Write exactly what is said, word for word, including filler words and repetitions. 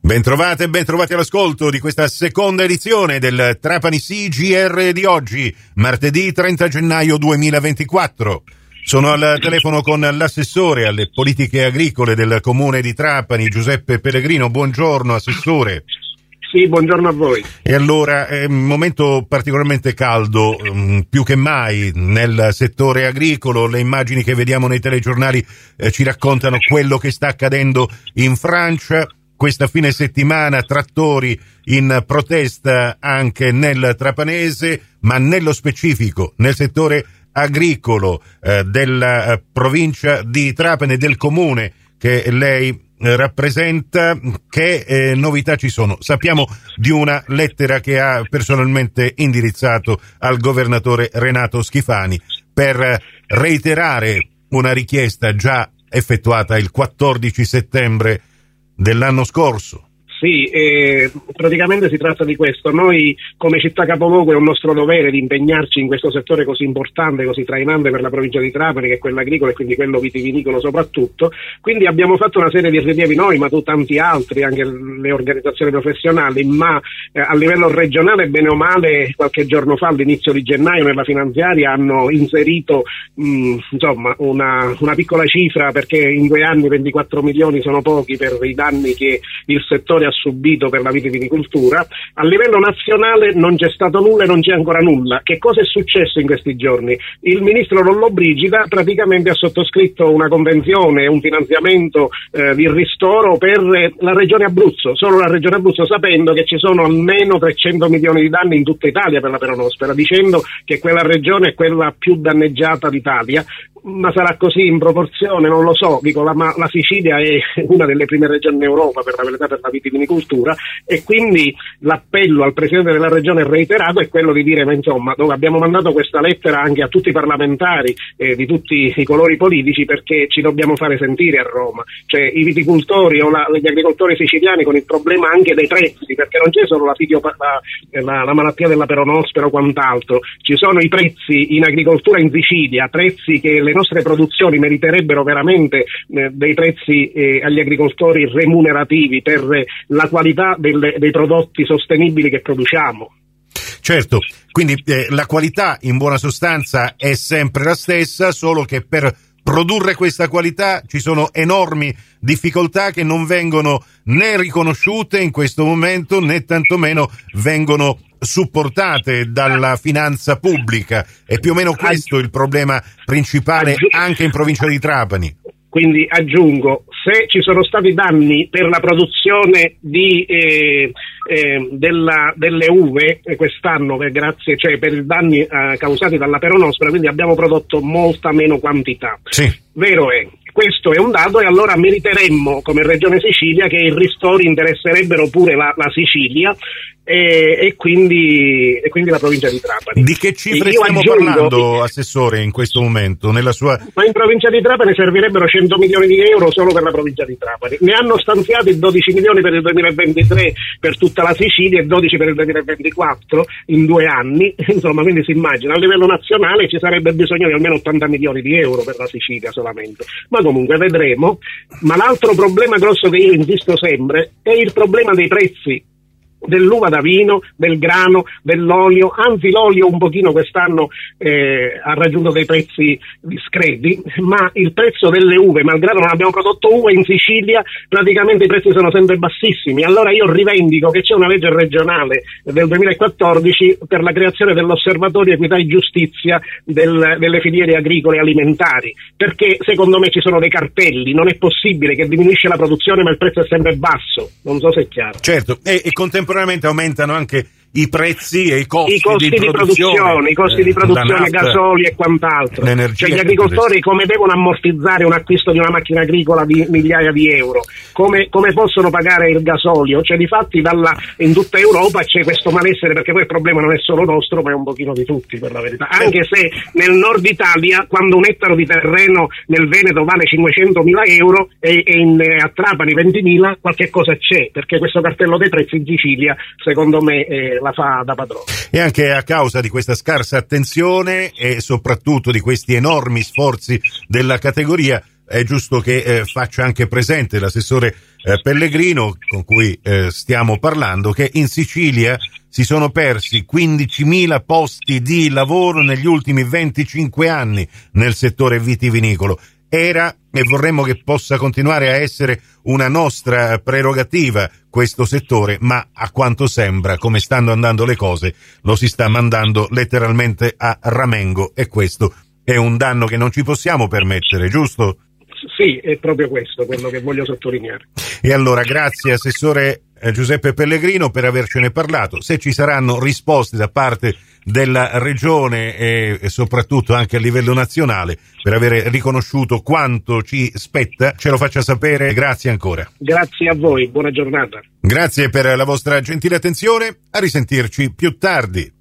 Bentrovate e bentrovati all'ascolto di questa seconda edizione del Trapani C G R di oggi, martedì trenta gennaio duemilaventiquattro. Sono al telefono con l'assessore alle politiche agricole del comune di Trapani, Giuseppe Pellegrino. Buongiorno, assessore. Sì, buongiorno a voi. E allora, è un momento particolarmente caldo, um, più che mai nel settore agricolo. Le immagini che vediamo nei telegiornali eh, ci raccontano quello che sta accadendo in Francia. Questa fine settimana trattori in protesta anche nel Trapanese, ma nello specifico nel settore agricolo eh, della eh, provincia di Trapani e del comune che lei eh, rappresenta. Che eh, novità ci sono? Sappiamo di una lettera che ha personalmente indirizzato al governatore Renato Schifani per reiterare una richiesta già effettuata il quattordici settembre dell'anno scorso. Sì, eh, praticamente si tratta di questo. Noi come città capoluogo è un nostro dovere di impegnarci in questo settore così importante, così trainante per la provincia di Trapani, che è quello agricolo e quindi quello vitivinicolo soprattutto. Quindi abbiamo fatto una serie di rilievi noi, ma tu tanti altri, anche le organizzazioni professionali, ma eh, a livello regionale, bene o male, qualche giorno fa, all'inizio di gennaio, nella finanziaria hanno inserito mh, insomma una, una piccola cifra, perché in due anni ventiquattro milioni sono pochi per i danni che il settore ha subito per la vitivinicoltura. A livello nazionale non c'è stato nulla e non c'è ancora nulla. Che cosa è successo in questi giorni? Il ministro Lollobrigida praticamente ha sottoscritto una convenzione, un finanziamento eh, di ristoro per la regione Abruzzo, solo la regione Abruzzo, sapendo che ci sono almeno trecento milioni di danni in tutta Italia per la peronospora, dicendo che quella regione è quella più danneggiata d'Italia. Ma sarà così in proporzione? Non lo so. Dico, la, ma la Sicilia è una delle prime regioni in Europa per la verità per la vitivinicoltura, e quindi l'appello al presidente della regione reiterato è quello di dire, ma insomma, dove abbiamo mandato questa lettera anche a tutti i parlamentari eh, di tutti i colori politici, perché ci dobbiamo fare sentire a Roma. Cioè i viticoltori o la, gli agricoltori siciliani con il problema anche dei prezzi, perché non c'è solo la, fidio, la, la, la malattia della peronospora o quant'altro, ci sono i prezzi in agricoltura in Sicilia, prezzi che le nostre produzioni meriterebbero veramente eh, dei prezzi eh, agli agricoltori remunerativi per eh, la qualità del, dei prodotti sostenibili che produciamo. Certo, quindi eh, la qualità in buona sostanza è sempre la stessa, solo che per produrre questa qualità ci sono enormi difficoltà che non vengono né riconosciute in questo momento, né tantomeno vengono supportate dalla finanza pubblica. È più o meno questo il problema principale anche in provincia di Trapani. Quindi aggiungo, se ci sono stati danni per la produzione di eh, eh, della, delle uve eh, quest'anno, per, grazie, cioè per i danni eh, causati dalla peronospora, quindi abbiamo prodotto molta meno quantità. Sì. Vero è, questo è un dato, e allora meriteremmo come Regione Sicilia che i ristori interesserebbero pure la, la Sicilia e, e, quindi, e quindi la provincia di Trapani. Di che cifre stiamo aggiungo, parlando, assessore, in questo momento? Nella sua... Ma in provincia di Trapani servirebbero cento milioni di euro solo per la provincia di Trapani. Ne hanno stanziati dodici milioni per il duemilaventitré per tutta la Sicilia e dodici per il duemilaventiquattro in due anni. Insomma, quindi si immagina, a livello nazionale ci sarebbe bisogno di almeno ottanta milioni di euro per la Sicilia solamente. Ma comunque vedremo. Ma l'altro problema grosso che io insisto sempre è il problema dei prezzi dell'uva da vino, del grano, dell'olio. Anzi, l'olio un pochino quest'anno eh, ha raggiunto dei prezzi discreti, ma il prezzo delle uve, malgrado non abbiamo prodotto uva in Sicilia, praticamente i prezzi sono sempre bassissimi. Allora io rivendico che c'è una legge regionale del duemilaquattordici per la creazione dell'osservatorio equità e giustizia del, delle filiere agricole e alimentari, perché secondo me ci sono dei cartelli. Non è possibile che diminuisce la produzione ma il prezzo è sempre basso. Non so se è chiaro. Certo, e, e contemporaneamente aumentano anche i prezzi e i costi, I costi di, di produzione, produzione, i costi eh, di produzione, nafta, gasoli e quant'altro. Cioè gli agricoltori come devono ammortizzare un acquisto di una macchina agricola di migliaia di euro? Come, come possono pagare il gasolio? Cioè difatti dalla, in tutta Europa c'è questo malessere, perché poi il problema non è solo nostro ma è un pochino di tutti, per la verità. Anche se nel nord Italia, quando un ettaro di terreno nel Veneto vale cinquecentomila euro e, e in, a Trapani ventimila, qualche cosa c'è, perché questo cartello dei prezzi in Sicilia secondo me eh, la fa da padrone. E anche a causa di questa scarsa attenzione e soprattutto di questi enormi sforzi della categoria è giusto che eh, faccia anche presente l'assessore eh, Pellegrino, con cui eh, stiamo parlando, che in Sicilia si sono persi quindicimila posti di lavoro negli ultimi venticinque anni nel settore vitivinicolo. Era e vorremmo che possa continuare a essere una nostra prerogativa questo settore, ma a quanto sembra, come stanno andando le cose, lo si sta mandando letteralmente a ramengo, e questo è un danno che non ci possiamo permettere, giusto? Sì, è proprio questo quello che voglio sottolineare. E allora grazie Assessore Giuseppe Pellegrino per avercene parlato. Se ci saranno risposte da parte della Regione e, e soprattutto anche a livello nazionale per avere riconosciuto quanto ci spetta, ce lo faccia sapere. Grazie ancora. Grazie a voi, buona giornata. Grazie per la vostra gentile attenzione, a risentirci più tardi.